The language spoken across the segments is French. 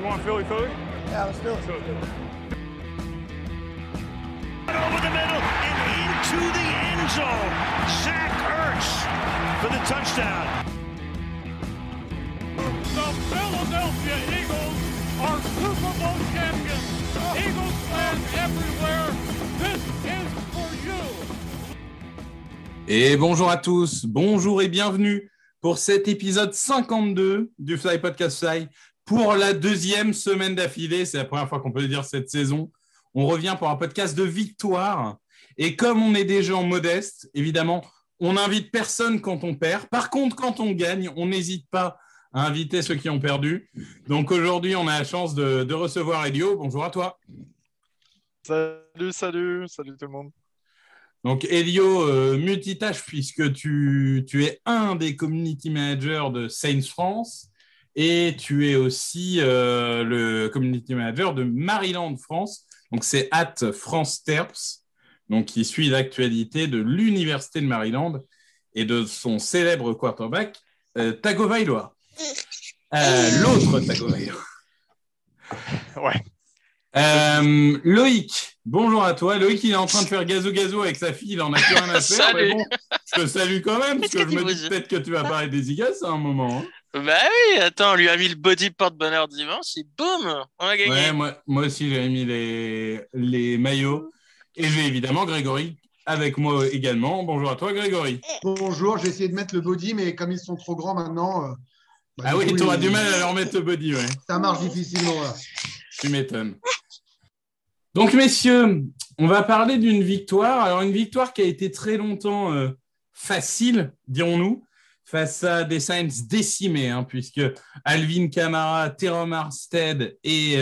want Philly? Yeah, let's do it. Over the middle and into the end zone. Zach Ertz for the touchdown. The Philadelphia Eagles are Super Bowl champions. Eagles fans everywhere, this is for you. Et bonjour à tous, bonjour et bienvenue pour cet épisode 52 du Fly Podcast Fly pour la deuxième semaine d'affilée. C'est la première fois qu'on peut le dire cette saison. On revient pour un podcast de victoire. Et comme on est des gens modestes, évidemment, on n'invite personne quand on perd. Par contre, quand on gagne, on n'hésite pas à inviter ceux qui ont perdu. Donc aujourd'hui, on a la chance de recevoir Elio. Bonjour à toi. Salut tout le monde. Donc Elio, multitâche puisque tu es un des community managers de Saints France et tu es aussi le community manager de Maryland France. Donc c'est @FranceTerps, donc qui suit l'actualité de l'université de Maryland et de son célèbre quarterback Tagovailoa. L'autre Tagovailoa. Ouais. Loïc, bonjour à toi. Loïc, il est en train de faire gazo avec sa fille, il en a plus rien à faire. Mais bon, je te salue quand même, parce que je me dis peut-être que tu vas parler des Eagles à un moment. Hein. Bah oui, attends, on lui a mis le body porte-bonheur dimanche et boum, on a gagné. Ouais, moi aussi, j'avais mis les maillots. Et j'ai évidemment Grégory avec moi également. Bonjour à toi, Grégory. Bonjour, j'ai essayé de mettre le body, mais comme ils sont trop grands maintenant... ah oui, tu auras du mal à leur mettre le body, ouais. Ça marche difficilement, là. Tu m'étonnes. Donc, messieurs, on va parler d'une victoire. Alors, une victoire qui a été très longtemps facile, dirons-nous, face à des Saints décimés, hein, puisque Alvin Kamara, Teron Armstead et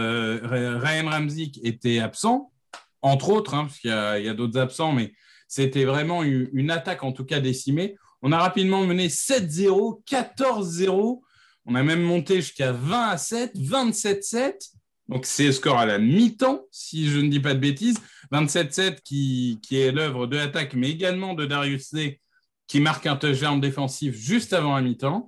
Ryan Ramczyk étaient absents, entre autres, hein, parce qu'il y a d'autres absents, mais c'était vraiment une attaque, en tout cas, décimée. On a rapidement mené 7-0, 14-0. On a même monté jusqu'à 20-7, 27-7. Donc, c'est le score à la mi-temps, si je ne dis pas de bêtises. 27-7 qui est l'œuvre de l'attaque, mais également de Darius Slay, qui marque un touchdown défensif juste avant la mi-temps.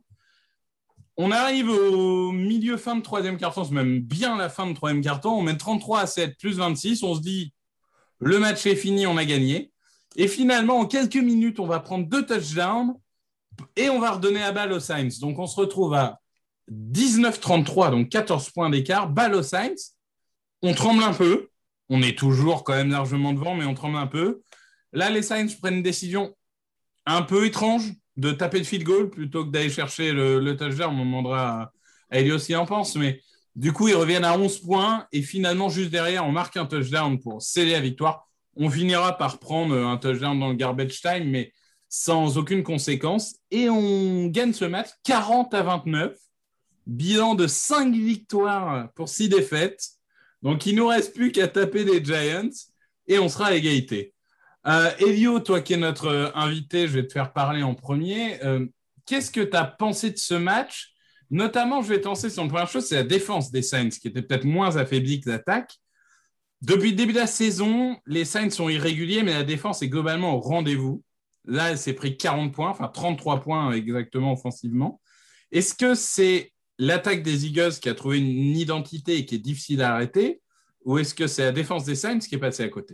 On arrive au milieu fin de troisième quart-temps, c'est même bien la fin de troisième quart-temps. On met 33-7 plus 26. On se dit, le match est fini, on a gagné. Et finalement, en quelques minutes, on va prendre 2 touchdowns et on va redonner la balle aux Saints. Donc, on se retrouve à 19-33, donc 14 points d'écart, balle aux Saints. On tremble un peu. On est toujours quand même largement devant, mais on tremble un peu. Là, les Saints prennent une décision un peu étrange de taper le field goal plutôt que d'aller chercher le touchdown. On demandera à Elio s'il en pense, mais du coup, ils reviennent à 11 points et finalement, juste derrière, on marque un touchdown pour sceller la victoire. On finira par prendre un touchdown dans le garbage time, mais sans aucune conséquence. Et on gagne ce match 40-29. Bilan de 5 victoires pour 6 défaites. Donc, il ne nous reste plus qu'à taper les Giants et on sera à égalité. Elio, toi qui es notre invité, je vais te faire parler en premier. Qu'est-ce que tu as pensé de ce match ? Notamment, je vais te lancer sur une première chose, c'est la défense des Saints, qui était peut-être moins affaiblie que l'attaque. Depuis le début de la saison, les Saints sont irréguliers, mais la défense est globalement au rendez-vous. Là, elle s'est pris 40 points, enfin 33 points exactement offensivement. Est-ce que c'est l'attaque des Eagles qui a trouvé une identité et qui est difficile à arrêter, ou est-ce que c'est la défense des Saints qui est passée à côté ?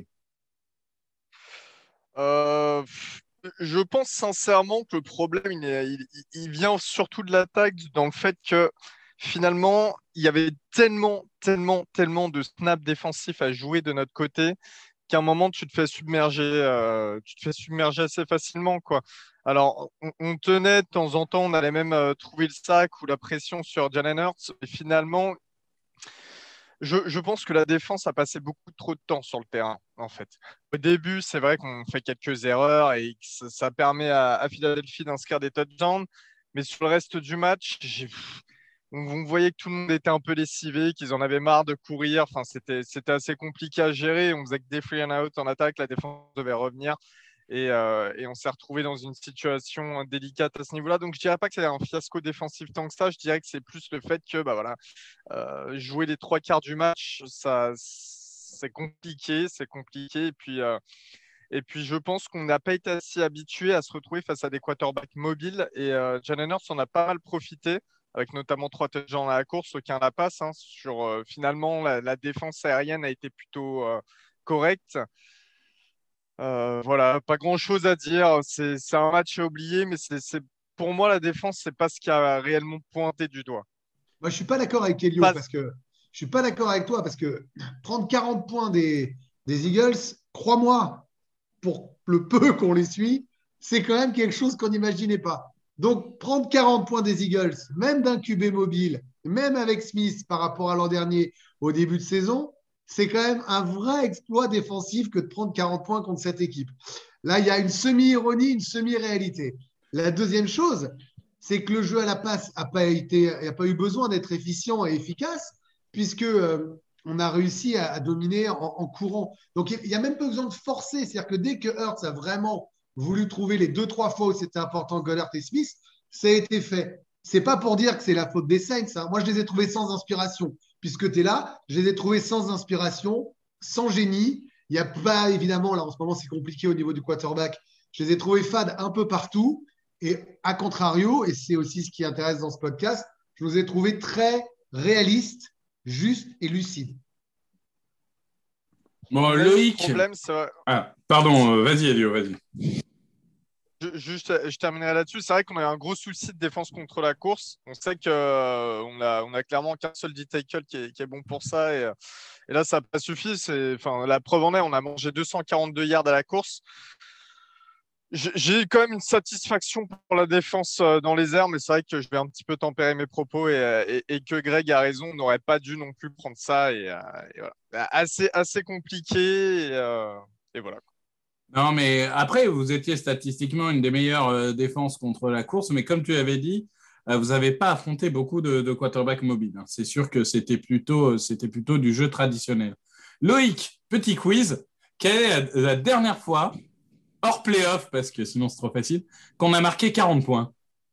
Je pense sincèrement que le problème, il vient surtout de l'attaque, dans le fait que finalement, il y avait tellement de snaps défensifs à jouer de notre côté qu'à un moment, tu te fais submerger assez facilement, quoi. Alors, on tenait de temps en temps, on allait même trouver le sac ou la pression sur Jalen Hurts, et finalement, je pense que la défense a passé beaucoup trop de temps sur le terrain, en fait. Au début, c'est vrai qu'on fait quelques erreurs et que ça permet à Philadelphie d'inscrire des touchdowns, mais sur le reste du match, on voyait que tout le monde était un peu lessivé, qu'ils en avaient marre de courir. Enfin, c'était assez compliqué à gérer. On faisait que des free and out en attaque, la défense devait revenir. Et on s'est retrouvé dans une situation délicate à ce niveau-là. Donc, je ne dirais pas que c'est un fiasco défensif tant que ça. Je dirais que c'est plus le fait que jouer les 3 quarts du match, c'est compliqué. Et puis, je pense qu'on n'a pas été assez habitué à se retrouver face à des quarterbacks mobiles. Et Jalen Hurts en a pas mal profité avec notamment 3 touchdowns à la course, aucun à la passe. Hein, finalement, la défense aérienne a été plutôt correcte. Voilà, pas grand-chose à dire. C'est un match à oublier, mais pour moi, la défense, c'est pas ce qui a réellement pointé du doigt. Moi, je suis pas d'accord avec Elio parce que je suis pas d'accord avec toi parce que prendre 40 points des Eagles, crois-moi, pour le peu qu'on les suit, c'est quand même quelque chose qu'on n'imaginait pas. Donc, prendre 40 points des Eagles, même d'un QB mobile, même avec Smith par rapport à l'an dernier au début de saison, c'est quand même un vrai exploit défensif que de prendre 40 points contre cette équipe. Là, il y a une semi-ironie, une semi-réalité. La deuxième chose, c'est que le jeu à la passe n'a pas eu besoin d'être efficient et efficace, puisque on a réussi à dominer en courant. Donc, il n'y a même pas besoin de forcer. C'est-à-dire que dès que Hurts a vraiment voulu trouver les 2-3 fois où c'était important, Goddard et Smith, ça a été fait. C'est pas pour dire que c'est la faute des Saints. Hein. Moi, je les ai trouvés sans inspiration. Puisque tu es là, je les ai trouvés sans inspiration, sans génie. Il n'y a pas, évidemment, là en ce moment, c'est compliqué au niveau du quarterback. Je les ai trouvés fades un peu partout. Et à contrario, et c'est aussi ce qui intéresse dans ce podcast, je les ai trouvés très réalistes, justes et lucides. Bon, Loïc. Problème, c'est... Ah, pardon, vas-y, Elio, vas-y. Je terminerai là-dessus. C'est vrai qu'on a un gros souci de défense contre la course. On sait qu'on a clairement qu'un seul D-tackle qui est bon pour ça. Et là, ça n'a pas suffi. La preuve en est, on a mangé 242 yards à la course. J'ai quand même une satisfaction pour la défense dans les airs, mais c'est vrai que je vais un petit peu tempérer mes propos et que Greg a raison. On n'aurait pas dû non plus prendre ça. Et voilà. Assez compliqué. Et voilà. Non, mais après, vous étiez statistiquement une des meilleures défenses contre la course, mais comme tu avais dit, vous n'avez pas affronté beaucoup de quarterbacks mobiles. Hein. C'est sûr que c'était plutôt du jeu traditionnel. Loïc, petit quiz. Quelle est la dernière fois, hors playoff, parce que sinon c'est trop facile, qu'on a marqué 40 points?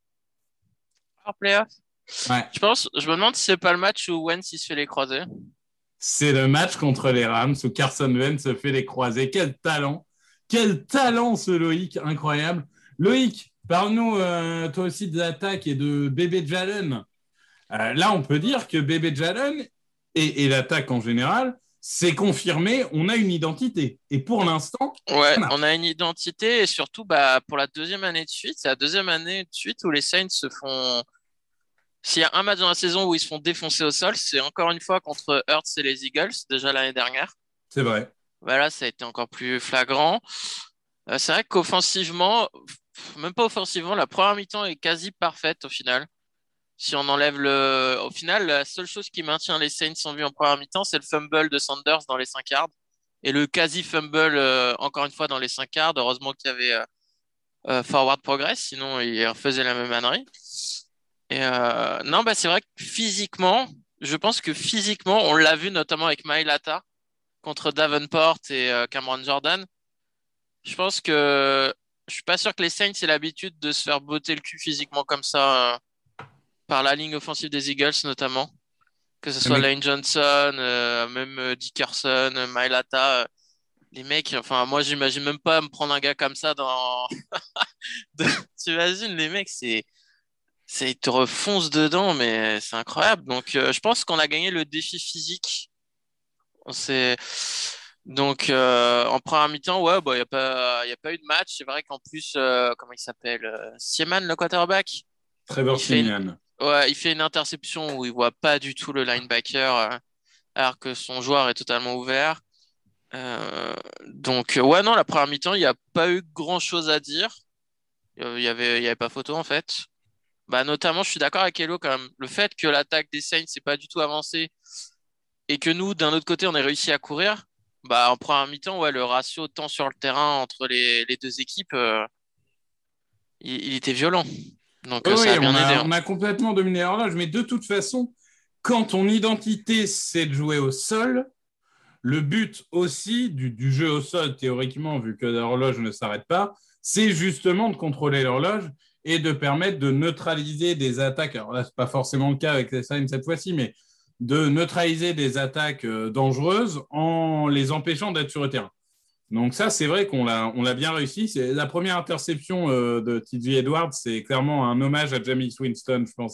Hors playoff? Ouais. Je me demande si c'est pas le match où Wentz il se fait les croisés. C'est le match contre les Rams où Carson Wentz se fait les croisés. Quel talent! Quel talent, ce Loïc, incroyable. Loïc, parle-nous toi aussi de l'attaque et de Bébé Jalen. Là, on peut dire que Bébé Jalen et l'attaque en général, c'est confirmé, on a une identité. Et pour l'instant, ouais, on a une identité et surtout pour la deuxième année de suite, c'est la deuxième année de suite où les Saints se font... S'il y a un match dans la saison où ils se font défoncer au sol, c'est encore une fois contre Hurts et les Eagles, déjà l'année dernière. C'est vrai. Là, ça a été encore plus flagrant. C'est vrai qu'offensivement, même pas offensivement, la première mi-temps est quasi parfaite au final. Si on enlève au final, la seule chose qui maintient les Saints en vie en première mi-temps, c'est le fumble de Sanders dans les 5 yards. Et le quasi-fumble, encore une fois, dans les 5 yards. Heureusement qu'il y avait Forward Progress, sinon il refaisait la même ânerie. Et non, c'est vrai que physiquement, je pense que physiquement, on l'a vu notamment avec Mailata contre Davenport et Cameron Jordan. Je pense que je suis pas sûr que les Saints aient l'habitude de se faire botter le cul physiquement comme ça par la ligne offensive des Eagles notamment. Que ce soit Lane Johnson, même Dickerson, Mailata. Les mecs, enfin moi j'imagine même pas me prendre un gars comme ça dans... Tu imagines les mecs, ils te refoncent dedans, mais c'est incroyable. Donc je pense qu'on a gagné le défi physique. Donc en première mi-temps, ouais, il y a pas eu de match. C'est vrai qu'en plus, comment il s'appelle, Seaman, le quarterback. Trevor Siemian. Ouais, il fait une interception où il voit pas du tout le linebacker, alors que son joueur est totalement ouvert. Donc ouais, non, la première mi-temps, il n'y a pas eu grand-chose à dire. Il y avait pas photo en fait. Notamment, je suis d'accord avec Elo quand même. Le fait que l'attaque des Saints n'est pas du tout avancée et que nous, d'un autre côté, on ait réussi à courir, en première mi-temps, ouais, le ratio temps sur le terrain entre les deux équipes, il était violent. Donc ça a bien aidé. On a complètement dominé l'horloge, mais de toute façon, quand ton identité, c'est de jouer au sol, le but aussi du jeu au sol, théoriquement, vu que l'horloge ne s'arrête pas, c'est justement de contrôler l'horloge et de permettre de neutraliser des attaques. Alors là, ce n'est pas forcément le cas avec les Saints cette fois-ci, mais de neutraliser des attaques dangereuses en les empêchant d'être sur le terrain. Donc ça, c'est vrai qu'on l'a bien réussi. C'est la première interception de TJ Edwards, c'est clairement un hommage à Jameis Winston, je pense,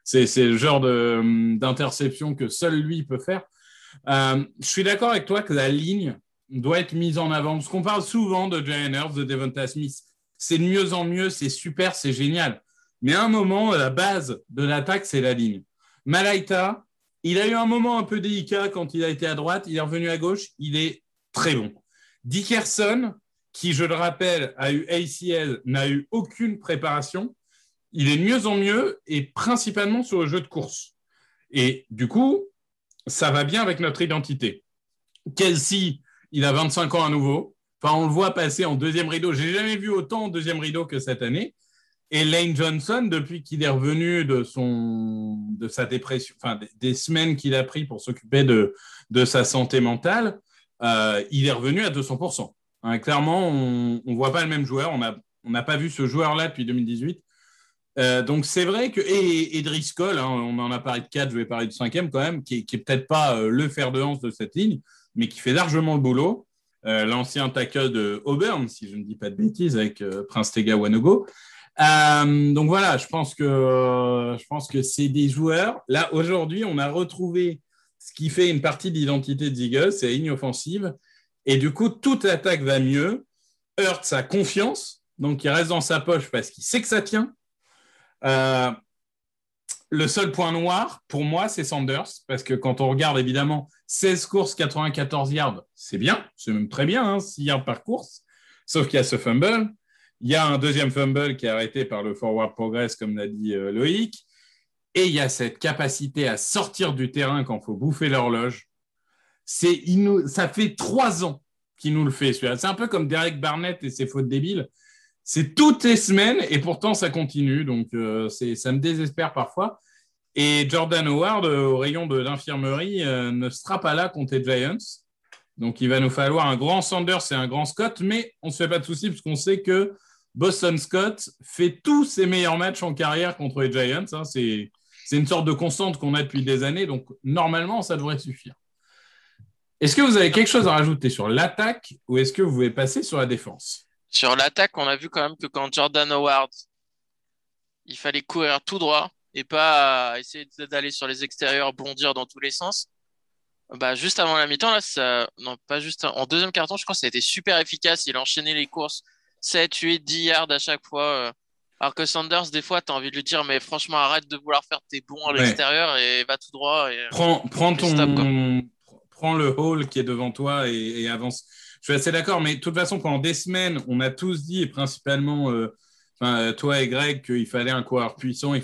C'est le genre d'interception que seul lui peut faire. Je suis d'accord avec toi que la ligne doit être mise en avant. Parce qu'on parle souvent de Jalen Hurts, de Devonta Smith. C'est de mieux en mieux, c'est super, c'est génial. Mais à un moment, la base de l'attaque, c'est la ligne. Malaita, il a eu un moment un peu délicat quand il a été à droite. Il est revenu à gauche. Il est très bon. Dickerson, qui, je le rappelle, a eu ACL, n'a eu aucune préparation. Il est de mieux en mieux et principalement sur le jeu de course. Et du coup, ça va bien avec notre identité. Kelsey, il a 25 ans à nouveau. Enfin, on le voit passer en deuxième rideau. Je n'ai jamais vu autant en deuxième rideau que cette année. Et Lane Johnson, depuis qu'il est revenu de sa dépression, enfin des semaines qu'il a pris pour s'occuper de sa santé mentale, il est revenu à 200%. Hein, clairement, on ne voit pas le même joueur. On n'a pas vu ce joueur-là depuis 2018. Donc, c'est vrai que... Et Driscoll, hein, on en a parlé de 4, je vais parler de 5e quand même, qui est peut-être pas le fer de lance de cette ligne, mais qui fait largement le boulot. L'ancien tackle de Auburn, si je ne dis pas de bêtises, avec Prince Tega Wanogho. Donc voilà, je pense que c'est des joueurs. Là, aujourd'hui, on a retrouvé ce qui fait une partie de l'identité des Eagles, c'est la ligne offensive. Et du coup, toute l'attaque va mieux. Hurts a confiance, donc il reste dans sa poche parce qu'il sait que ça tient. Le seul point noir, pour moi, c'est Sanders, parce que quand on regarde, évidemment, 16 courses, 94 yards, c'est bien, c'est même très bien, hein, 6 yards par course, sauf qu'il y a ce fumble. Il y a un deuxième fumble qui est arrêté par le forward progress, comme l'a dit Loïc, et il y a cette capacité à sortir du terrain quand il faut bouffer l'horloge. Ça fait 3 ans qu'il nous le fait, celui-là. C'est un peu comme Derek Barnett et ses fautes débiles. C'est toutes les semaines et pourtant ça continue. Donc, ça me désespère parfois. Et Jordan Howard, au rayon de l'infirmerie, ne sera pas là contre les Giants. Donc, il va nous falloir un grand Sanders et un grand Scott. Mais on ne se fait pas de soucis parce qu'on sait que Boston Scott fait tous ses meilleurs matchs en carrière contre les Giants. Hein. C'est une sorte de constante qu'on a depuis des années. Donc, normalement, ça devrait suffire. Est-ce que vous avez quelque chose à rajouter sur l'attaque ou est-ce que vous voulez passer sur la défense ? Sur l'attaque, on a vu quand même que quand Jordan Howard, il fallait courir tout droit et pas essayer d'aller sur les extérieurs, bondir dans tous les sens. Bah, juste avant la mi-temps, là, non, pas juste en deuxième quart-temps, je crois que ça a été super efficace. Il a enchaîné les courses 7, 8, 10 yards à chaque fois. Alors que Sanders, des fois, tu as envie de lui dire, mais franchement, arrête de vouloir faire tes bons à l'extérieur et va tout droit. Et, prends le hall qui est devant toi et avance. Je suis assez d'accord, mais de toute façon, pendant des semaines, on a tous dit, et principalement toi et Greg, qu'il fallait un coureur puissant,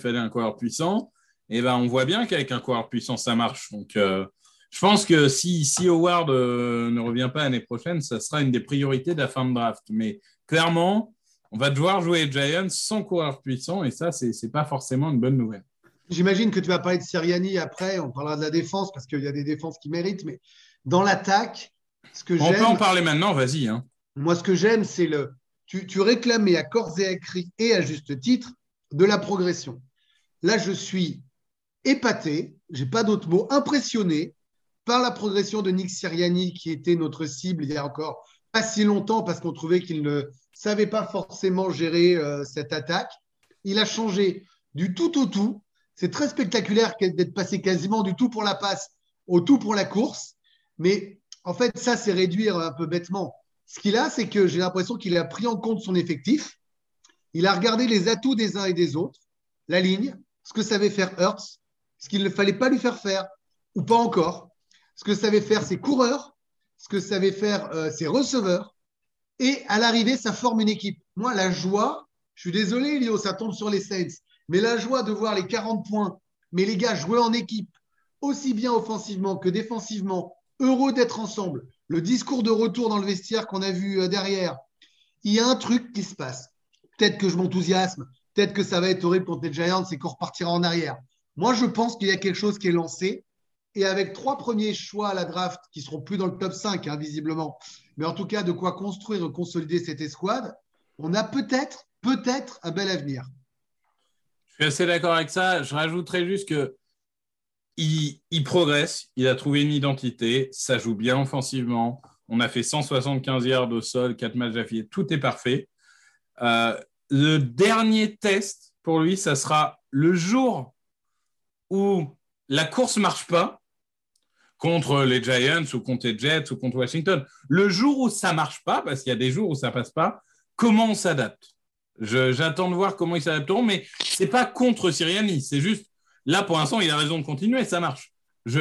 Et ben, on voit bien qu'avec un coureur puissant, ça marche. Donc, je pense que si Howard ne revient pas l'année prochaine, ça sera une des priorités de la fin de draft. Mais clairement, on va devoir jouer les Giants sans coureur puissant, et ça, c'est pas forcément une bonne nouvelle. J'imagine que tu vas parler de Sirianni après, on parlera de la défense, parce qu'il y a des défenses qui méritent, mais dans l'attaque, on peut en parler maintenant, vas-y. Hein. Moi, ce que j'aime, c'est tu réclamais à corps et à cri, et à juste titre, de la progression. Là, je suis épaté, j'ai pas d'autre mot, impressionné par la progression de Nick Sirianni, qui était notre cible il y a encore pas si longtemps, parce qu'on trouvait qu'il ne savait pas forcément gérer cette attaque. Il a changé du tout au tout. C'est très spectaculaire d'être passé quasiment du tout pour la passe au tout pour la course. Mais en fait, ça, c'est réduire un peu bêtement. Ce qu'il a, c'est que j'ai l'impression qu'il a pris en compte son effectif. Il a regardé les atouts des uns et des autres, la ligne, ce que savait faire Hurts, ce qu'il ne fallait pas lui faire faire, ou pas encore, ce que savaient faire ses coureurs, ce que savaient faire ses receveurs. Et à l'arrivée, ça forme une équipe. Moi, la joie, je suis désolé, Léo, ça tombe sur les Saints, mais la joie de voir les 40 points, mais les gars jouer en équipe, aussi bien offensivement que défensivement, heureux d'être ensemble, le discours de retour dans le vestiaire qu'on a vu derrière, il y a un truc qui se passe. Peut-être que je m'enthousiasme, peut-être que ça va être horrible contre les Giants et qu'on repartira en arrière. Moi, je pense qu'il y a quelque chose qui est lancé. Et avec 3 premiers choix à la draft qui ne seront plus dans le top 5, hein, visiblement, mais en tout cas de quoi construire et consolider cette escouade, on a peut-être un bel avenir. Je suis assez d'accord avec ça. Je rajouterais juste qu'il progresse, il a trouvé une identité, ça joue bien offensivement. On a fait 175 yards au sol, 4 matchs d'affilée, tout est parfait. Le dernier test pour lui, ça sera le jour où la course ne marche pas contre les Giants ou contre les Jets ou contre Washington, le jour où ça ne marche pas, parce qu'il y a des jours où ça ne passe pas, comment on s'adapte? J'attends de voir comment ils s'adapteront, mais ce n'est pas contre Sirianni, c'est juste, là pour l'instant, il a raison de continuer, ça marche.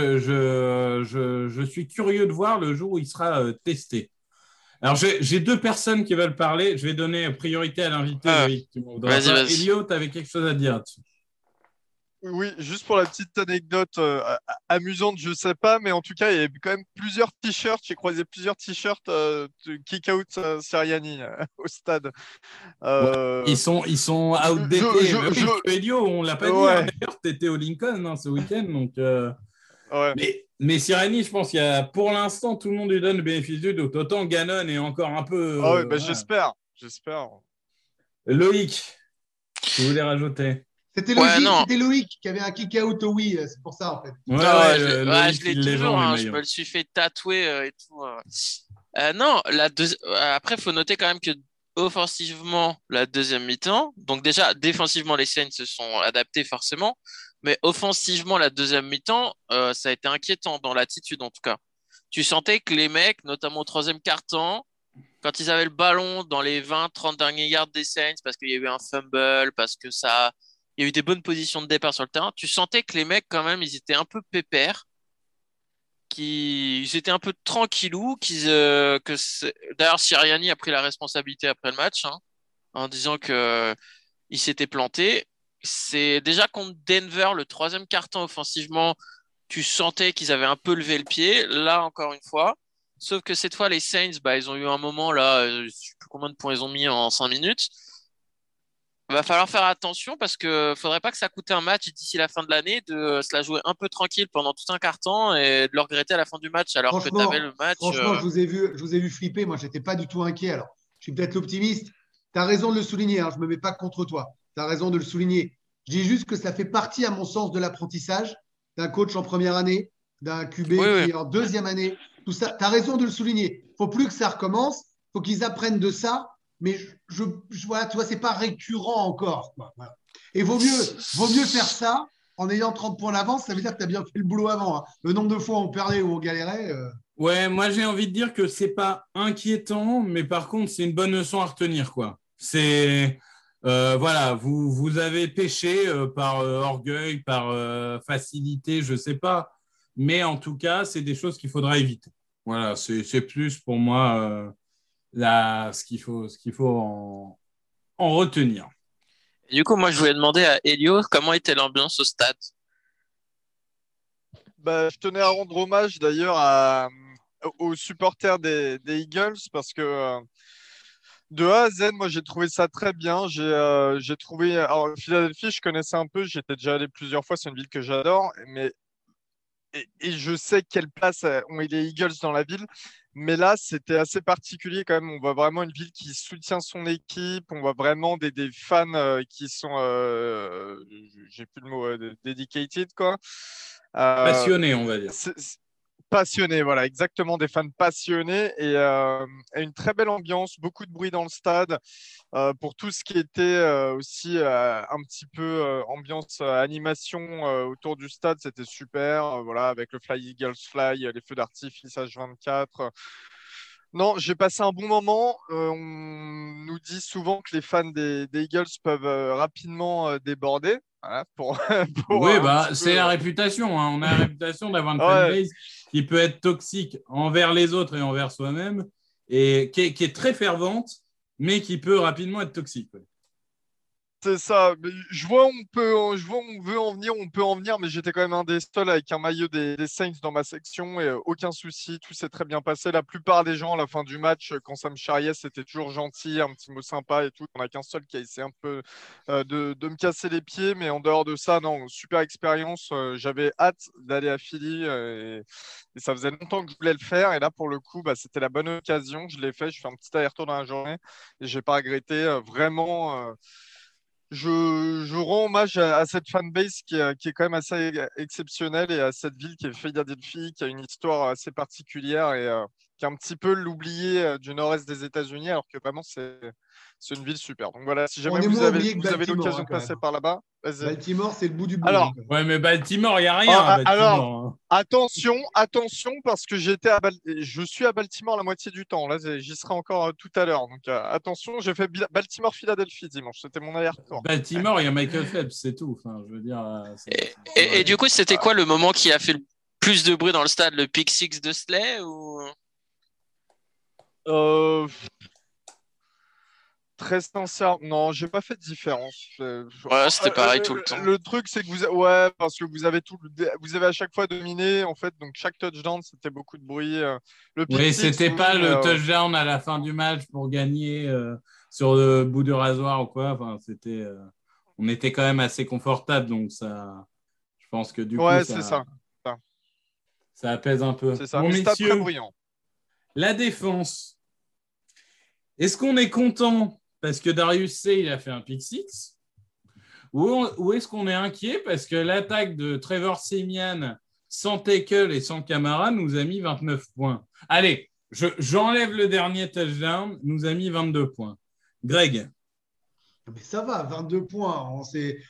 Je suis curieux de voir le jour où il sera testé. Alors, j'ai deux personnes qui veulent parler. Je vais donner priorité à l'invité. Loïc, tu m'en voudras pas. Elio, tu avais quelque chose à dire là-dessus? Oui, juste pour la petite anecdote amusante, je sais pas, mais en tout cas, il y avait quand même plusieurs t-shirts. J'ai croisé plusieurs t-shirts de kick-out Sirianni au stade. Ouais, ils sont outdated. Elio, on l'a pas dit. Ouais. D'ailleurs, tu étais au Lincoln ce week-end. Donc, ouais. Mais Sirianni, je pense qu'il y a, pour l'instant, tout le monde lui donne le bénéfice du doute. Autant Gannon est encore un peu. Ah ouais, bah, j'espère. Loïc, tu voulais rajouter? C'était Loïc qui avait un kick-out au Wii, c'est pour ça en fait. Je l'ai toujours, je me le suis fait tatouer et tout. Non, après, il faut noter quand même que offensivement, la deuxième mi-temps, donc déjà, défensivement, les Saints se sont adaptés forcément, mais offensivement, la deuxième mi-temps, ça a été inquiétant dans l'attitude en tout cas. Tu sentais que les mecs, notamment au troisième quart-temps, quand ils avaient le ballon dans les 20-30 derniers yards des Saints, parce qu'il y a eu un fumble, parce que il y a eu des bonnes positions de départ sur le terrain, tu sentais que les mecs, quand même, ils étaient un peu pépères, ils étaient un peu tranquillous, d'ailleurs, Sirianni a pris la responsabilité après le match, en disant que il s'était planté. C'est déjà contre Denver, le troisième quart-temps offensivement, tu sentais qu'ils avaient un peu levé le pied, là, encore une fois. Sauf que cette fois, les Saints, ils ont eu un moment, là, je ne sais plus combien de points ils ont mis en 5 minutes. Il va falloir faire attention parce que faudrait pas que ça coûte un match d'ici la fin de l'année de se la jouer un peu tranquille pendant tout un quart-temps et de le regretter à la fin du match alors que tu avais le match. Franchement, je vous ai vu flipper. Moi, j'étais pas du tout inquiet. Alors, je suis peut-être l'optimiste. Tu as raison de le souligner. Je ne me mets pas contre toi. Tu as raison de le souligner. Je dis juste que ça fait partie, à mon sens, de l'apprentissage d'un coach en première année, d'un QB qui est en deuxième année. Tout ça, tu as raison de le souligner. Il ne faut plus que ça recommence. Il faut qu'ils apprennent de ça. Mais voilà, tu vois, c'est pas récurrent encore. Voilà. Et vaut mieux faire ça en ayant 30 points d'avance. Ça veut dire que tu as bien fait le boulot avant. Le nombre de fois où on perdait ou on galérait. Ouais, moi j'ai envie de dire que c'est pas inquiétant, mais par contre c'est une bonne leçon à retenir, quoi. C'est voilà, vous avez péché par orgueil, par facilité, je sais pas, mais en tout cas c'est des choses qu'il faudra éviter. Voilà, c'est plus pour moi ce qu'il faut en retenir. Et du coup, moi je voulais demander à Elio comment était l'ambiance au stade. Je tenais à rendre hommage d'ailleurs aux supporters des Eagles parce que de A à Z, moi j'ai trouvé ça très bien. J'ai trouvé. Alors, Philadelphie, je connaissais un peu, j'étais déjà allé plusieurs fois, c'est une ville que j'adore, et je sais quelle place ont les Eagles dans la ville. Mais là, c'était assez particulier quand même. On voit vraiment une ville qui soutient son équipe. On voit vraiment des fans qui sont, j'ai plus le mot, dedicated, quoi. Passionnés, on va dire. Passionnés, voilà, exactement, des fans passionnés et une très belle ambiance, beaucoup de bruit dans le stade pour tout ce qui était aussi un petit peu ambiance animation autour du stade, c'était super, voilà, avec le Fly Eagles Fly, les feux d'artifice H24. Non, j'ai passé un bon moment. On nous dit souvent que les fans des Eagles peuvent rapidement déborder. Voilà, oui, c'est la réputation. On a la réputation d'avoir une fanbase qui peut être toxique envers les autres et envers soi-même, et qui est très fervente, mais qui peut rapidement être toxique. C'est ça. Je vois où on veut en venir, on peut en venir, mais j'étais quand même un des seuls avec un maillot des Saints dans ma section et aucun souci, tout s'est très bien passé. La plupart des gens à la fin du match, quand ça me charriait, c'était toujours gentil, un petit mot sympa et tout. On n'a qu'un seul qui a essayé un peu de me casser les pieds, mais en dehors de ça, non, super expérience. J'avais hâte d'aller à Philly et ça faisait longtemps que je voulais le faire. Et là, pour le coup, c'était la bonne occasion. Je l'ai fait. Je fais un petit aller-retour dans la journée et j'ai pas regretté. Vraiment. Je rends hommage à cette fanbase qui est quand même assez exceptionnelle et à cette ville qui est Philadelphie, qui a une histoire assez particulière qui est un petit peu l'oublié du nord-est des États-Unis, alors que vraiment, c'est une ville super. Donc voilà, si jamais vous avez l'occasion de passer par là-bas, vas-y. Baltimore, c'est le bout du bout. Alors, ouais, mais Baltimore, il n'y a rien à Baltimore. Alors, attention, parce que je suis à Baltimore la moitié du temps. Là, j'y serai encore tout à l'heure. Donc, attention, j'ai fait Baltimore-Philadelphie dimanche. C'était mon aller-retour. Baltimore, il y a Michael Phelps, c'est tout. Enfin, je veux dire. Et du coup, c'était quoi le moment qui a fait le plus de bruit dans le stade, le pick six de Slay ou... Très sincère, non, j'ai pas fait de différence. Ouais, c'était pareil tout le temps. Le truc, c'est que parce que vous avez à chaque fois dominé, en fait, donc chaque touchdown, c'était beaucoup de bruit. Oui, c'était pas le touchdown à la fin du match pour gagner sur le bout de rasoir ou quoi. Enfin, on était quand même assez confortable, donc ça, je pense que du coup, ça apaise un peu. C'est ça, bon, mais c'était très bruyant. La défense. Est-ce qu'on est content parce que Darius Slay il a fait un pick six ou est-ce qu'on est inquiet parce que l'attaque de Trevor Siemian sans tackle et sans Camara nous a mis 29 points. Allez, j'enlève le dernier touchdown, nous a mis 22 points. Greg. Mais ça va, 22 points,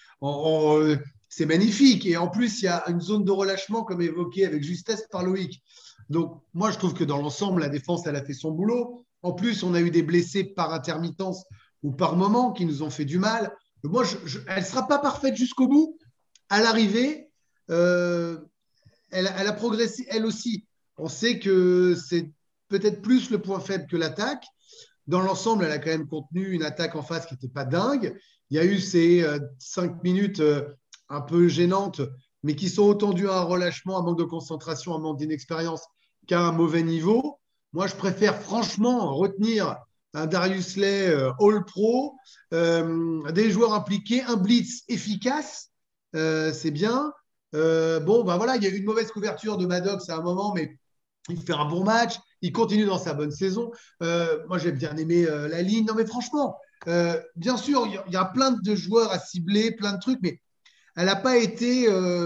c'est magnifique. Et en plus, il y a une zone de relâchement comme évoqué avec justesse par Loïc. Donc moi, je trouve que dans l'ensemble, la défense, elle a fait son boulot. En plus, on a eu des blessés par intermittence ou par moment qui nous ont fait du mal. Moi, elle ne sera pas parfaite jusqu'au bout. À l'arrivée, elle a progressé elle aussi. On sait que c'est peut-être plus le point faible que l'attaque. Dans l'ensemble, elle a quand même contenu une attaque en face qui n'était pas dingue. Il y a eu ces 5 minutes un peu gênantes, mais qui sont autant dues à un relâchement, un manque de concentration, un manque d'inexpérience qu'à un mauvais niveau. Moi, je préfère franchement retenir un Darius Slay All-Pro, des joueurs impliqués, un blitz efficace, c'est bien. Voilà, il y a eu une mauvaise couverture de Maddox à un moment, mais il fait un bon match, il continue dans sa bonne saison. Moi, j'ai bien aimé la ligne. Non, mais franchement, bien sûr, il y a plein de joueurs à cibler, plein de trucs, mais elle n'a pas été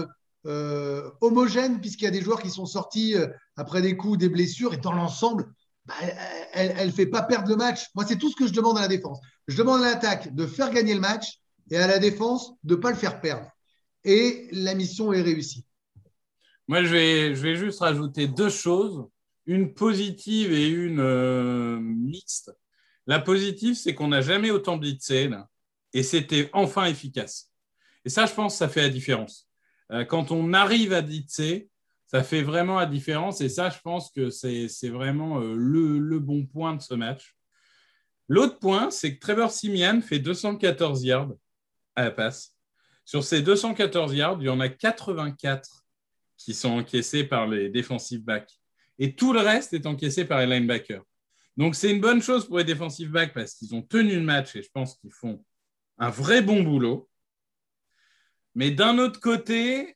homogène puisqu'il y a des joueurs qui sont sortis après des coups, des blessures, et dans l'ensemble, elle ne fait pas perdre le match. Moi, c'est tout ce que je demande à la défense. Je demande à l'attaque de faire gagner le match et à la défense de ne pas le faire perdre. Et la mission est réussie. Moi, je vais juste rajouter 2 choses, une positive et une mixte. La positive, c'est qu'on n'a jamais autant blitzé là, et c'était enfin efficace. Et ça, je pense, ça fait la différence. Quand on arrive à blitzer, ça fait vraiment la différence. Et ça, je pense que c'est vraiment le bon point de ce match. L'autre point, c'est que Trevor Siemian fait 214 yards à la passe. Sur ces 214 yards, il y en a 84 qui sont encaissés par les defensive backs. Et tout le reste est encaissé par les linebackers. Donc, c'est une bonne chose pour les defensive backs parce qu'ils ont tenu le match et je pense qu'ils font un vrai bon boulot. Mais d'un autre côté,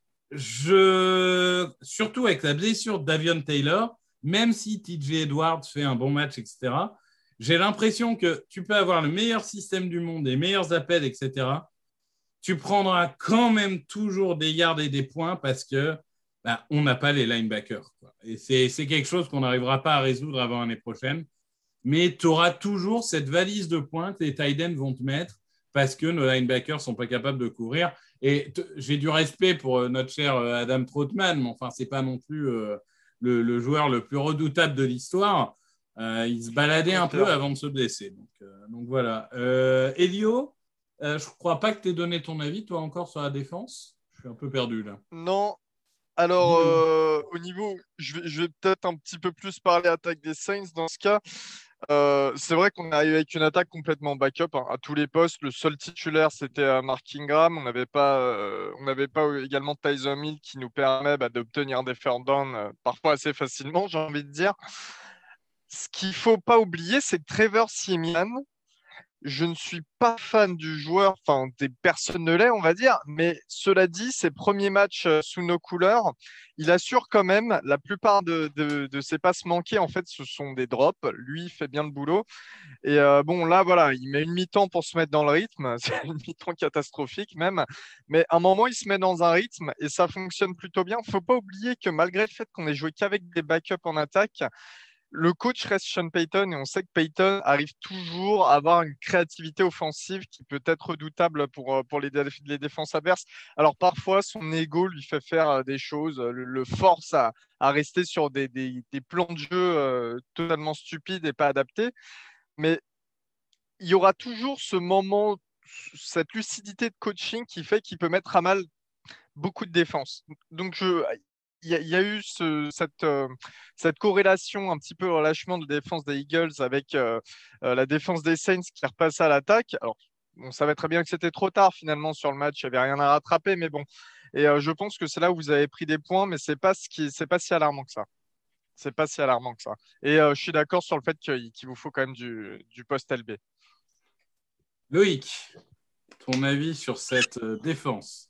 surtout avec la blessure de Davion Taylor, même si TJ Edwards fait un bon match, etc., j'ai l'impression que tu peux avoir le meilleur système du monde, les meilleurs appels, etc. Tu prendras quand même toujours des yards et des points parce que on n'a pas les linebackers, quoi. Et c'est quelque chose qu'on n'arrivera pas à résoudre avant l'année prochaine. Mais tu auras toujours cette valise de points que les tight ends vont te mettre parce que nos linebackers ne sont pas capables de courir. Et j'ai du respect pour notre cher Adam Trautman, mais enfin, ce n'est pas non plus le joueur le plus redoutable de l'histoire. Il se baladait un peu avant de se blesser. Donc voilà. Elio, je ne crois pas que tu aies donné ton avis, toi, encore sur la défense. Je suis un peu perdu, là. Non. Alors, au niveau, je vais peut-être un petit peu plus parler attaque des Saints dans ce cas. C'est vrai qu'on est arrivé avec une attaque complètement backup à tous les postes. Le seul titulaire, c'était Mark Ingram. On n'avait pas également Tyson Hill qui nous permet d'obtenir des first downs parfois assez facilement, j'ai envie de dire. Ce qu'il ne faut pas oublier, c'est que Trevor Siemian, je ne suis pas fan du joueur, enfin des personnes ne l'est, on va dire, mais cela dit, ses premiers matchs sous nos couleurs, il assure quand même la plupart de ses passes manquées, en fait, ce sont des drops. Lui, il fait bien le boulot. Et là, voilà, il met une mi-temps pour se mettre dans le rythme. C'est une mi-temps catastrophique même. Mais à un moment, il se met dans un rythme et ça fonctionne plutôt bien. Il ne faut pas oublier que malgré le fait qu'on ait joué qu'avec des backups en attaque, le coach reste Sean Payton et on sait que Payton arrive toujours à avoir une créativité offensive qui peut être redoutable pour les défenses adverses. Alors parfois, son ego lui fait faire des choses, le force à rester sur des plans de jeu totalement stupides et pas adaptés. Mais il y aura toujours ce moment, cette lucidité de coaching qui fait qu'il peut mettre à mal beaucoup de défenses. Donc, il y a eu cette corrélation un petit peu au relâchement de défense des Eagles avec la défense des Saints qui repasse à l'attaque. Alors, on savait très bien que c'était trop tard finalement sur le match, il n'y avait rien à rattraper, mais bon. Et je pense que c'est là où vous avez pris des points, mais c'est pas si alarmant que ça. C'est pas si alarmant que ça. Et je suis d'accord sur le fait qu'il vous faut quand même du post LB. Loïc, ton avis sur cette défense?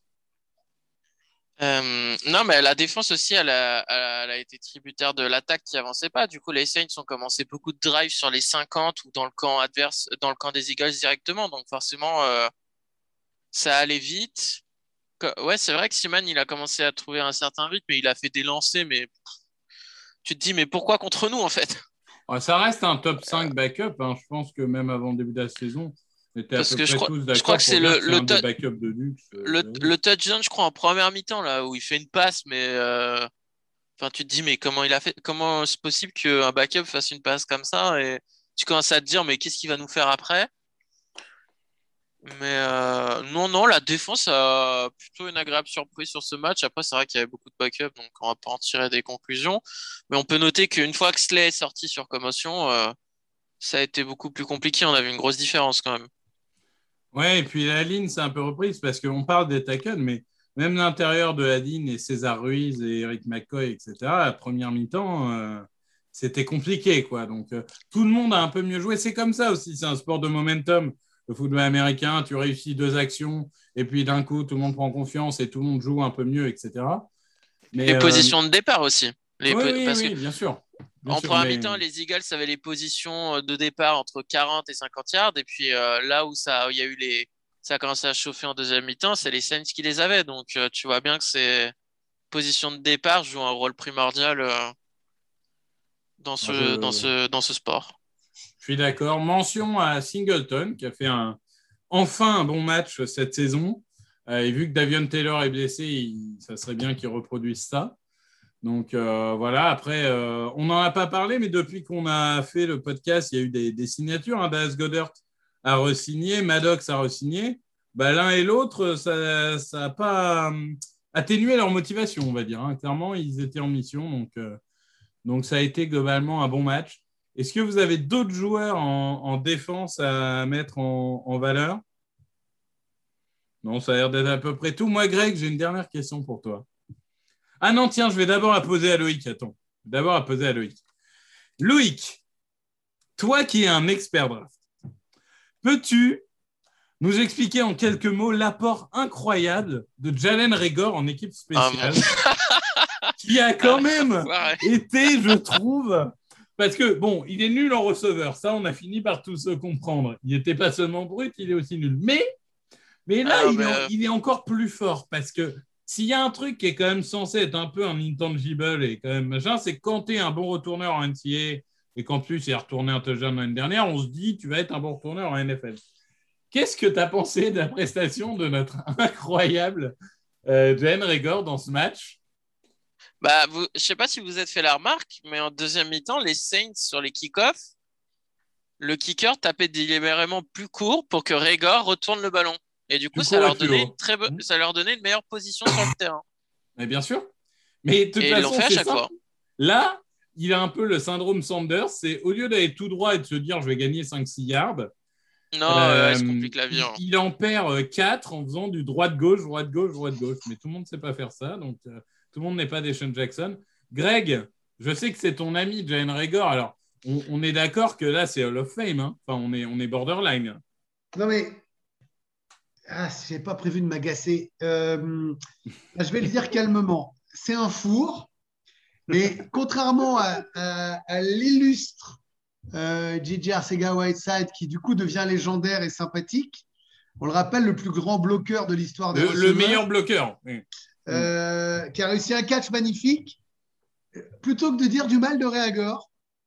Non, mais la défense aussi, elle a été tributaire de l'attaque qui avançait pas. Du coup, les Saints ont commencé beaucoup de drives sur les 50 ou dans le camp adverse, dans le camp des Eagles directement. Donc forcément, ça allait vite. Ouais, c'est vrai que Seaman, il a commencé à trouver un certain rythme et il a fait des lancers, mais tu te dis, mais pourquoi contre nous en fait? Ouais, ça reste un top 5 backup. Hein. Je pense que même avant le début de la saison, on était à Parce peu que près tous je d'accord crois que pour c'est dire que c'est un des backups de luxe. le touchdown, je crois, en première mi-temps, là, où il fait une passe, mais enfin, tu te dis, mais comment il a fait, comment c'est possible qu'un backup fasse une passe comme ça? Et tu commences à te dire, mais qu'est-ce qu'il va nous faire après? Mais non, la défense a plutôt une agréable surprise sur ce match. Après, c'est vrai qu'il y avait beaucoup de backups, donc on va pas en tirer des conclusions. Mais on peut noter qu'une fois que Slay est sorti sur commotion, ça a été beaucoup plus compliqué. On a vu une grosse différence quand même. Ouais, et puis la ligne, c'est un peu reprise parce qu'on parle des tackles, mais même l'intérieur de la ligne et César Ruiz et Eric McCoy, etc., la première mi-temps, c'était compliqué, quoi. Donc, tout le monde a un peu mieux joué. C'est comme ça aussi, c'est un sport de momentum. Le football américain, tu réussis 2 actions et puis d'un coup, tout le monde prend confiance et tout le monde joue un peu mieux, etc. Mais, Les positions de départ aussi. Parce que oui, bien sûr. en première mi-temps, les Eagles avaient les positions de départ entre 40 et 50 yards. Et puis là où il y a eu ça a commencé à chauffer en deuxième mi-temps, c'est les Saints qui les avaient. Donc tu vois bien que ces positions de départ jouent un rôle primordial dans ce sport. Je suis d'accord. Mention à Singleton qui a fait enfin un bon match cette saison. Et vu que Davion Taylor est blessé, ça serait bien qu'il reproduise ça. Donc voilà, après, on n'en a pas parlé, mais depuis qu'on a fait le podcast, il y a eu des signatures. Hein. Dallas Goedert a re-signé, Maddox a re-signé. Bah, l'un et l'autre, ça n'a pas atténué leur motivation, on va dire. Hein. Clairement, ils étaient en mission, donc ça a été globalement un bon match. Est-ce que vous avez d'autres joueurs en défense à mettre en valeur? Non, ça a l'air d'être à peu près tout. Moi, Greg, j'ai une dernière question pour toi. Ah non, tiens, je vais d'abord la poser à Loïc. Attends. Loïc, toi qui es un expert draft, peux-tu nous expliquer en quelques mots l'apport incroyable de Jalen Reagor en équipe spéciale qui a quand même été, je trouve, parce que, bon, il est nul en receveur. Ça, on a fini par tous se comprendre. Il n'était pas seulement brut, il est aussi nul. Mais là, il est encore plus fort parce que s'il y a un truc qui est quand même censé être un peu un intangible et quand même machin, c'est que quand tu es un bon retourneur en NCAA et qu'en plus il a retourné un touchdown l'année dernière, on se dit tu vas être un bon retourneur en NFL. Qu'est-ce que tu as pensé de la prestation de notre incroyable Jalen Reagor dans ce match? Je ne sais pas si vous avez fait la remarque, mais en deuxième mi-temps, les Saints sur les kick-offs, le kicker tapait délibérément plus court pour que Reagor retourne le ballon. Et du coup, ça leur donnait une meilleure position sur le terrain. Mais bien sûr. Mais de toute façon, ils l'ont fait à chaque fois. Là, il a un peu le syndrome Sanders. C'est au lieu d'aller tout droit et de se dire je vais gagner 5-6 yards. Non, il se complique la vie. Il en perd 4 en faisant du droite-gauche. Mais tout le monde ne sait pas faire ça. Donc, tout le monde n'est pas Deshaun Jackson. Greg, je sais que c'est ton ami Jalen Reagor. Alors, on est d'accord que là, c'est Hall of Fame. Hein. Enfin, on est borderline. Non, mais je n'ai pas prévu de m'agacer. Je vais le dire calmement. C'est un four, mais contrairement à l'illustre J.J. Arcega-Whiteside, qui du coup devient légendaire et sympathique, on le rappelle, le plus grand bloqueur de l'histoire des receveurs, le meilleur bloqueur. Qui a réussi un catch magnifique, plutôt que de dire du mal de Reagor,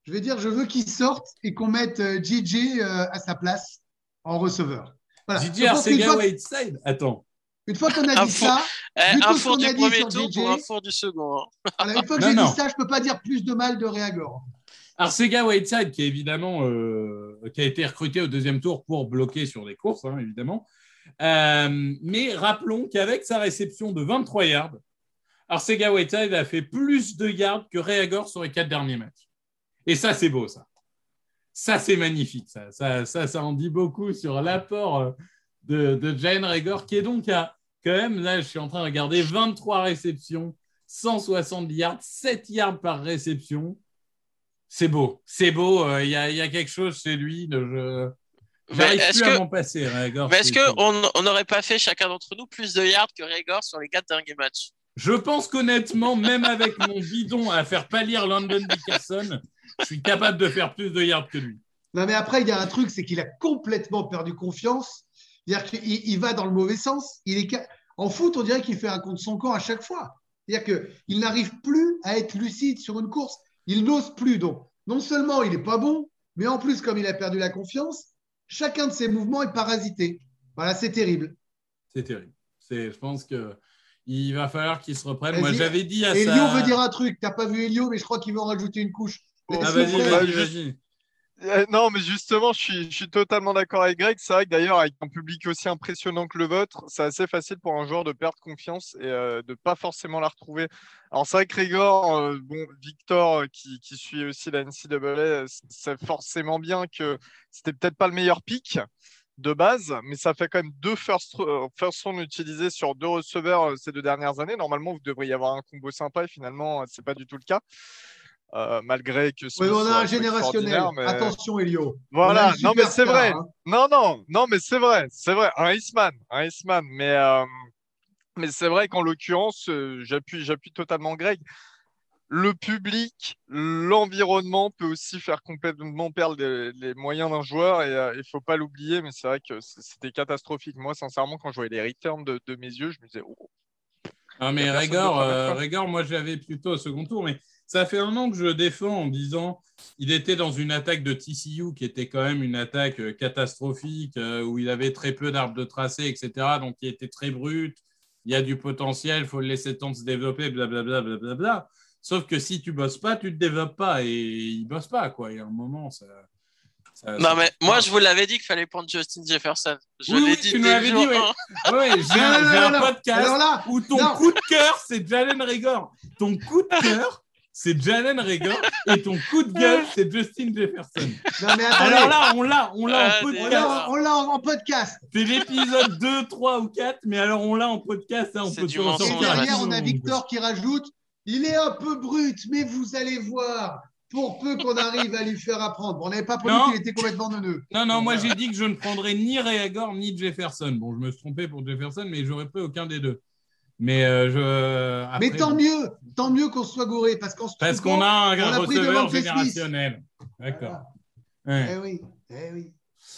Je vais dire, je veux qu'il sorte et qu'on mette JJ à sa place en receveur. Voilà. JJ Arcega-Whiteside. Attends. Une fois qu'on a dit ça, vu un tout ce four qu'on du a dit premier sur tour JJ, pour un four du second. Hein. voilà, une fois que j'ai dit ça, je ne peux pas dire plus de mal de Reagor. Arcega-Whiteside, qui est évidemment qui a été recruté au deuxième tour pour bloquer sur des courses, hein, évidemment. Mais rappelons qu'avec sa réception de 23 yards, Arcega-Whiteside a fait plus de yards que Reagor sur les 4 derniers matchs. Et ça, c'est beau, ça. Ça, c'est magnifique. Ça en dit beaucoup sur l'apport de Jalen Reagor, qui est donc à, quand même, là, je suis en train de regarder, 23 réceptions, 160 yards, 7 yards par réception. C'est beau. C'est beau. Il y a quelque chose chez lui. J'arrive plus à m'en passer, Reagor. Mais est-ce qu'on n'aurait pas fait chacun d'entre nous plus de yards que Reagor sur les 4 derniers matchs? Je pense qu'honnêtement, même avec mon bidon à faire pâlir Landon Dickerson, je suis capable de faire plus de yards que lui. Non, mais après, il y a un truc, c'est qu'il a complètement perdu confiance. C'est-à-dire qu'il va dans le mauvais sens. En foot, on dirait qu'il fait un contre son camp à chaque fois. C'est-à-dire qu'il n'arrive plus à être lucide sur une course. Il n'ose plus. Donc, non seulement il n'est pas bon, mais en plus, comme il a perdu la confiance, chacun de ses mouvements est parasité. Voilà, c'est terrible. C'est terrible. Je pense qu'il va falloir qu'il se reprenne. Moi, j'avais dit à ça. Elio veut dire un truc. Tu n'as pas vu Elio, mais je crois qu'il veut en rajouter une couche. Vas-y. Non, mais justement, je suis totalement d'accord avec Greg. C'est vrai que d'ailleurs, avec un public aussi impressionnant que le vôtre, c'est assez facile pour un joueur de perdre confiance et de ne pas forcément la retrouver. Alors, c'est vrai que Reagor, Victor, qui suit aussi la NCAA, c'est forcément bien que c'était peut-être pas le meilleur pick de base, mais ça fait quand même 2 first round utilisés sur 2 receveurs ces 2 dernières années. Normalement, vous devriez avoir un combo sympa et finalement, c'est pas du tout le cas. Malgré que oui, on a un générationnel. Mais... Attention, Elio. Voilà, non, mais c'est vrai. Hein. Non, mais c'est vrai. C'est vrai. Un Iceman. Mais c'est vrai qu'en l'occurrence, j'appuie totalement Greg. Le public, l'environnement peut aussi faire complètement perdre les moyens d'un joueur et il ne faut pas l'oublier, mais c'est vrai que c'était catastrophique. Moi, sincèrement, quand je voyais les returns de mes yeux, je me disais oh. Ah, mais Reagor, moi, j'avais plutôt au second tour, mais ça fait un an que je le défends en disant il était dans une attaque de TCU qui était quand même une attaque catastrophique où il avait très peu d'arbres de tracé, etc. Donc, il était très brut. Il y a du potentiel, il faut le laisser le temps de se développer, blablabla. Bla, bla, bla. Sauf que si tu ne bosses pas, tu ne te développes pas et il ne bosse pas. Quoi. Il y a un moment, non, mais moi, je vous l'avais dit qu'il fallait prendre Justin Jefferson. Oui, tu nous l'avais dit, oui. J'ai un podcast où ton coup de cœur, c'est Jalen Reagor. Ton coup de cœur, c'est Jalen Reagor et ton coup de gueule, c'est Justin Jefferson. Non, mais alors là, on l'a en podcast. On l'a en podcast. C'est l'épisode 2, 3 ou 4, mais alors on l'a en podcast. Hein, on peut en sortir. Derrière, on a Victor qui rajoute il est un peu brut, mais vous allez voir. Pour peu qu'on arrive à lui faire apprendre. Bon, on n'avait pas prévu qu'il était complètement neuneux. Non, moi j'ai dit que je ne prendrais ni Reagor ni Jefferson. Bon, je me suis trompé pour Jefferson, mais j'aurais pris aucun des deux. Mais après, mais tant mieux qu'on soit gouré parce qu'on a un receveur générationnel. D'accord. Voilà. Ouais. Eh oui.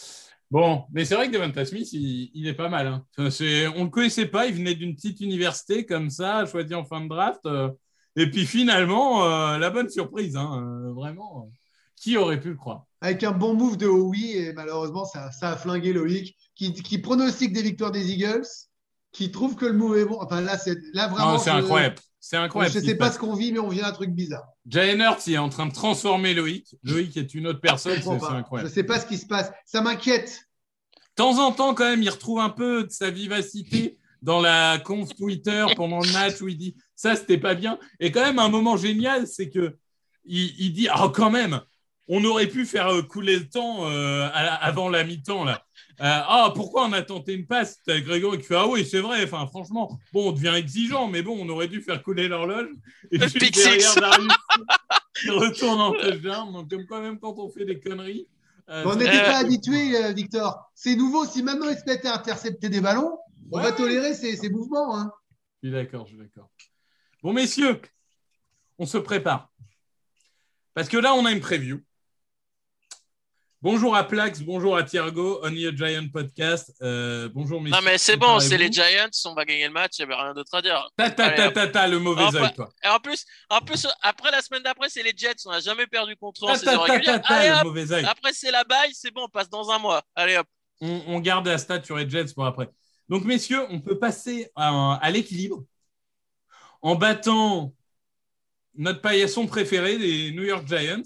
Bon, mais c'est vrai que Devonta Smith, il est pas mal. Hein. On ne le connaissait pas, il venait d'une petite université comme ça, choisi en fin de draft. Et puis finalement, la bonne surprise, hein, vraiment, qui aurait pu le croire? Avec un bon move de Howie, et malheureusement, ça a flingué Loïc, qui pronostique des victoires des Eagles, qui trouve que le move est bon. Enfin, là vraiment. Non, c'est incroyable. C'est incroyable. Je ne sais pas ce qu'on vit, mais on vit un truc bizarre. Jalen Hurts est en train de transformer Loïc. Loïc est une autre personne, c'est incroyable. Je ne sais pas ce qui se passe. Ça m'inquiète. De temps en temps, quand même, il retrouve un peu de sa vivacité dans la conf Twitter pendant le match où il dit ça, c'était pas bien. Et quand même, un moment génial, c'est que il dit quand même, on aurait pu faire couler le temps avant la mi-temps là. Pourquoi on a tenté une passe? T'as Grégory qui fait oui, c'est vrai. Enfin, franchement, bon, on devient exigeant, mais bon, on aurait dû faire couler l'horloge. Et le juste derrière, Darius qui retourne en touchdown. Donc, comme quand même, quand on fait des conneries. On n'était pas habitué, Victor. C'est nouveau. Si maintenant il se mettait à intercepter des ballons, on va tolérer ces mouvements. Hein. Je suis d'accord. Bon, messieurs, on se prépare. Parce que là, on a une preview Bonjour à Plax, bonjour à Thiergo, Only a Giant Podcast. Bonjour messieurs. Non, mais c'est bon, c'est les Giants, on va gagner le match, il n'y avait rien d'autre à dire. Le mauvais œil, toi. Et en plus, après la semaine d'après, c'est les Jets, on n'a jamais perdu contre eux en saison régulière. Allez, le hop, mauvais œil. après, c'est la baille, c'est bon, on passe dans un mois. Allez, hop. On garde la stat sur les Jets pour après. Donc, messieurs, on peut passer à l'équilibre en battant notre paillasson préféré des New York Giants.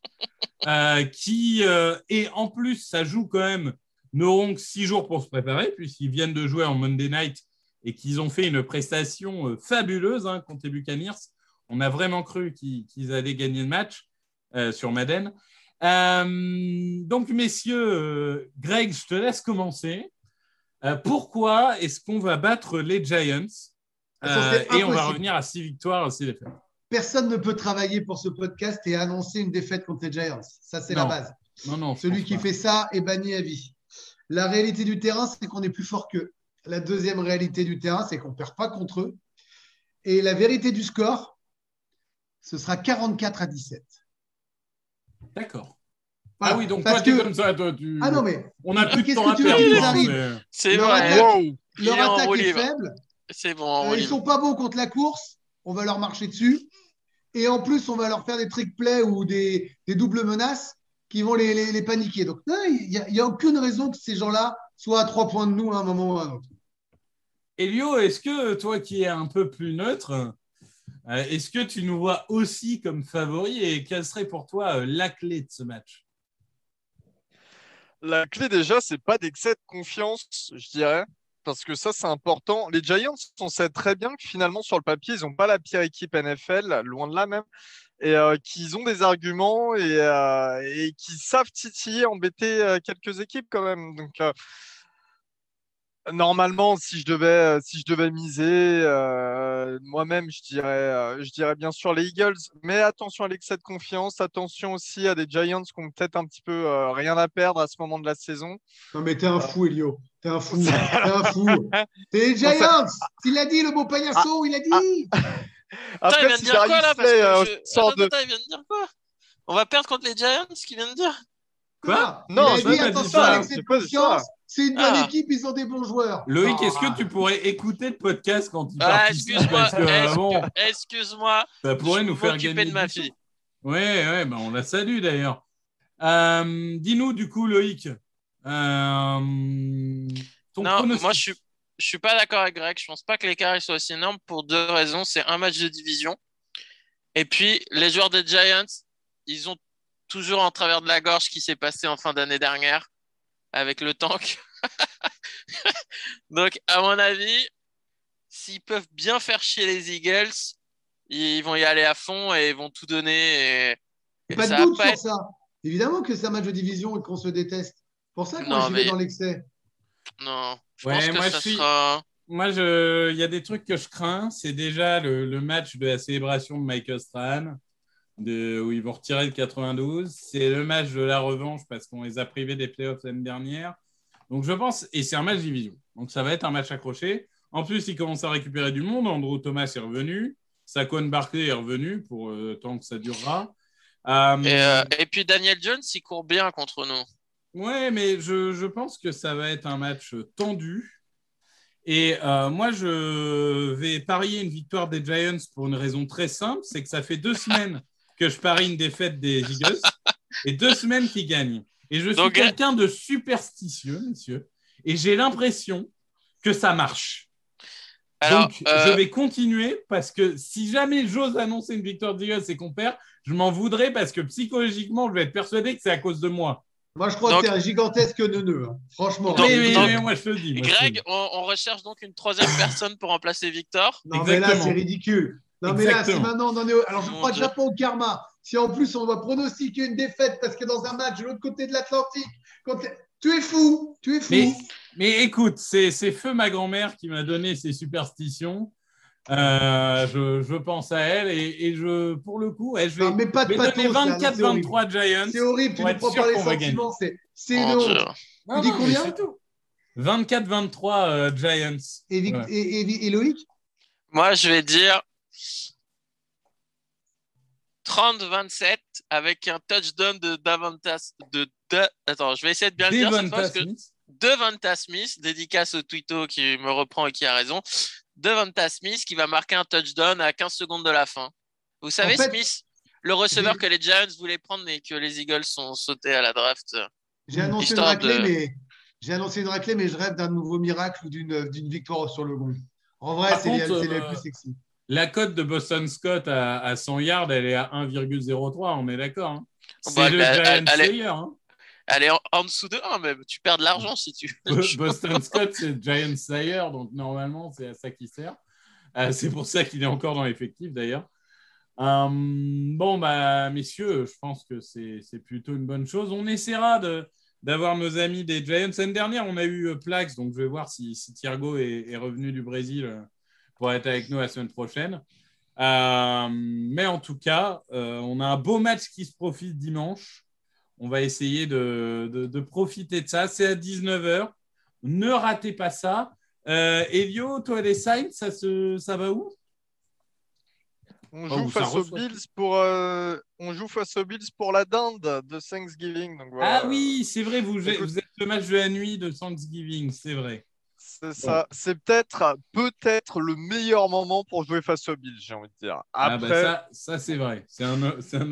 Et en plus, ça joue quand même, n'auront que 6 jours pour se préparer, puisqu'ils viennent de jouer en Monday Night et qu'ils ont fait une prestation fabuleuse contre les Buccaneers. On a vraiment cru qu'ils allaient gagner le match sur Madden. Donc, messieurs, Greg, je te laisse commencer. Pourquoi est-ce qu'on va battre les Giants et on va revenir à 6 victoires, 6 défaites? Personne ne peut travailler pour ce podcast et annoncer une défaite contre les Giants. Ça, c'est la base. Non, celui qui fait ça est banni à vie. La réalité du terrain, c'est qu'on est plus fort qu'eux. La deuxième réalité du terrain, c'est qu'on ne perd pas contre eux. Et la vérité du score, ce sera 44-17. D'accord. Voilà, ah oui, donc toi, tu es comme ça. Toi, Ah non, mais on n'a plus de temps à tu veux qu'ils arrivent perdre. C'est leur vrai. attaque, leur attaque est faible. C'est bon. Ils ne sont pas bons contre la course. On va leur marcher dessus. Et en plus, on va leur faire des trick plays ou des doubles menaces qui vont les paniquer. Donc, il n'y a aucune raison que ces gens-là soient à 3 points de nous à un moment ou à un autre. Elio, est-ce que toi qui es un peu plus neutre, est-ce que tu nous vois aussi comme favori et quelle serait pour toi la clé de ce match? La clé déjà, c'est pas d'excès de confiance, je dirais. Parce que ça, c'est important. Les Giants, on sait très bien que finalement, sur le papier, ils n'ont pas la pire équipe NFL, loin de là même, et qu'ils ont des arguments et qu'ils savent titiller, embêter quelques équipes quand même. Donc, normalement, si je devais miser, moi-même, je dirais bien sûr les Eagles. Mais attention à l'excès de confiance, attention aussi à des Giants qui ont peut-être un petit peu rien à perdre à ce moment de la saison. Non, mais t'es un fou, Elio. T'es un fou. T'es les Giants. Il a dit, le beau paillasson, il a dit. Après, il vient de dire quoi, là? Il vient de dire quoi? On va perdre contre les Giants, ce qu'il vient de dire? Quoi? Non, il a dit, attention à l'excès de confiance. C'est une bonne équipe, ils ont des bons joueurs. Loïc, est-ce que tu pourrais écouter le podcast quand il participe? Excuse-moi. Ça pourrait nous faire gagner de ma fille. Oui, on la salue d'ailleurs. Dis-nous du coup, Loïc. Moi je suis pas d'accord avec Greg. Je pense pas que l'écart soit aussi énorme pour 2 raisons. C'est un match de division. Et puis, les joueurs des Giants, ils ont toujours en travers de la gorge ce qui s'est passé en fin d'année dernière avec le tank. Donc, à mon avis, s'ils peuvent bien faire chier les Eagles, ils vont y aller à fond et ils vont tout donner. Pas de doute sur ça. Évidemment que c'est un match de division et qu'on se déteste. C'est pour ça que j'y vais dans l'excès. Non, je pense que ça sera... Moi, il y a des trucs que je crains. C'est déjà le match de la célébration de Michael Strahan, où ils vont retirer le 92. C'est le match de la revanche parce qu'on les a privés des playoffs l'année dernière. Donc, je pense, et c'est un match division. Donc, ça va être un match accroché. En plus, ils commencent à récupérer du monde. Andrew Thomas est revenu. Saquon Barkley est revenu pour le temps que ça durera. Et puis, Daniel Jones, il court bien contre nous. Ouais, mais je pense que ça va être un match tendu. Et moi, je vais parier une victoire des Giants pour une raison très simple. C'est que ça fait 2 semaines que je parie une défaite des Eagles et 2 semaines qu'ils gagnent. Et je suis quelqu'un de superstitieux, messieurs. Et j'ai l'impression que ça marche. Alors, donc, je vais continuer parce que si jamais j'ose annoncer une victoire des Eagles et qu'on perd, je m'en voudrais parce que psychologiquement, je vais être persuadé que c'est à cause de moi. Moi, je crois que t'es un gigantesque neuneu. Hein. Franchement. Mais moi, je te le dis. Greg, on recherche donc une 3e personne pour remplacer Victor. Non, mais là, c'est ridicule. Non, mais là, si maintenant on en est. Alors, je crois déjà pas au karma. Si en plus, on doit pronostiquer une défaite parce que dans un match de l'autre côté de l'Atlantique, tu es fou. Mais écoute, c'est feu ma grand-mère qui m'a donné ces superstitions. Je pense à elle et pour le coup, je vais donner 24-23 Giants. C'est horrible, tu ne prends pas les sentiments. C'est une honte. Tu dis combien? 24-23 Giants. Et Loïc? Moi, je vais dire 30-27 avec un touchdown de Attends, je vais essayer de bien le dire cette fois parce que Devonta Smith, dédicace au Twitto qui me reprend et qui a raison. Devonta Smith qui va marquer un touchdown à 15 secondes de la fin. Vous savez, Smith, le receveur que les Giants voulaient prendre mais que les Eagles sont sautés à la draft. J'ai annoncé une raclée, mais je rêve d'un nouveau miracle ou d'une victoire sur le gong. En vrai, c'est les plus sexy. La cote de Boston Scott à 100 yards, elle est à 1,03, on est d'accord. Hein. C'est le Giant Slayer. Hein. Elle est en dessous de 1 même. Tu perds de l'argent si tu Boston Scott, c'est Giant Slayer, donc normalement, c'est à ça qu'il sert. C'est pour ça qu'il est encore dans l'effectif, d'ailleurs. Bon, messieurs, je pense que c'est plutôt une bonne chose. On essaiera d'avoir nos amis des Giants. L'année dernière, on a eu Plax, donc je vais voir si Thiergo est revenu du Brésil pour être avec nous la semaine prochaine. Mais en tout cas, on a un beau match qui se profite dimanche. On va essayer de profiter de ça. C'est à 19h. Ne ratez pas ça. Elio, toi, les Saints, ça va où? On joue face aux Bills pour la dinde de Thanksgiving. Donc voilà. Ah oui, c'est vrai, vous êtes le match de la nuit de Thanksgiving, c'est vrai. C'est ça. C'est peut-être le meilleur moment pour jouer face aux Bills, j'ai envie de dire. Après, ça c'est vrai. C'est un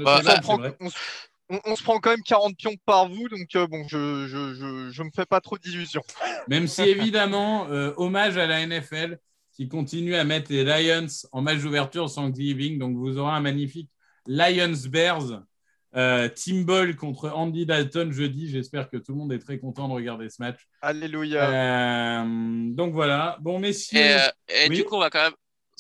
on se prend quand même 40 pions par vous, donc bon, je me fais pas trop d'illusions. Même si évidemment, hommage à la NFL qui continue à mettre les Lions en match d'ouverture Thanksgiving, donc vous aurez un magnifique Lions-Bears Team Ball contre Andy Dalton jeudi. J'espère que tout le monde est très content de regarder ce match. Alléluia. Donc voilà. Bon, messieurs. Et du coup, on va quand même,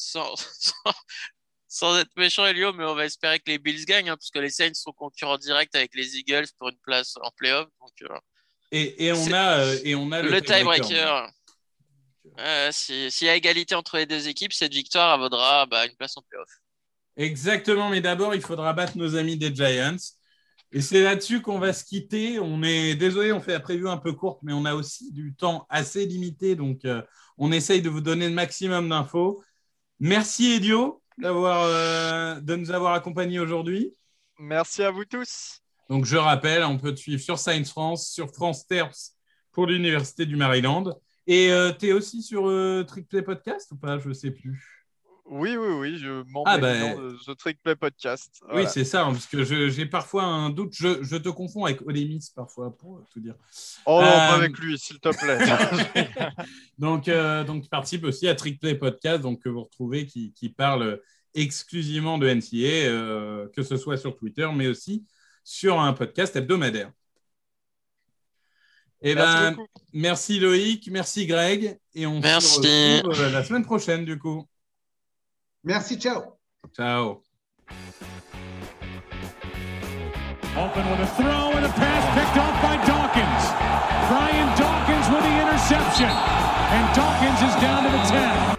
sans être méchant, Elio, mais on va espérer que les Bills gagnent, parce que les Saints sont concurrents directs avec les Eagles pour une place en playoff. Donc, et on a le tiebreaker. S'il y a égalité entre les deux équipes, cette victoire vaudra une place en playoff. Exactement, mais d'abord, il faudra battre nos amis des Giants. Et c'est là-dessus qu'on va se quitter. On est désolé, on fait la preview un peu courte, mais on a aussi du temps assez limité. Donc, on essaye de vous donner le maximum d'infos. Merci, Elio, de nous avoir accompagnés aujourd'hui. Merci à vous tous. Donc, je rappelle, on peut te suivre sur Science France, sur France Terps pour l'Université du Maryland. Et tu es aussi sur Trick Play Podcast ou pas? Je ne sais plus. Oui, je m'en mets dans The Trick Play Podcast. Voilà. Oui, c'est ça, parce que j'ai parfois un doute. Je te confonds avec Olemis parfois, pour tout dire. Oh non, pas avec lui, s'il te plaît. donc, tu participes aussi à Trick Play Podcast, donc, que vous retrouvez, qui parle exclusivement de NCAA, que ce soit sur Twitter, mais aussi sur un podcast hebdomadaire. Merci Loïc, merci Greg, et on se retrouve la semaine prochaine du coup. Merci, ciao. Ciao. Open with a throw and a pass picked off by Dawkins. Brian Dawkins with the interception. And Dawkins is down to the 10.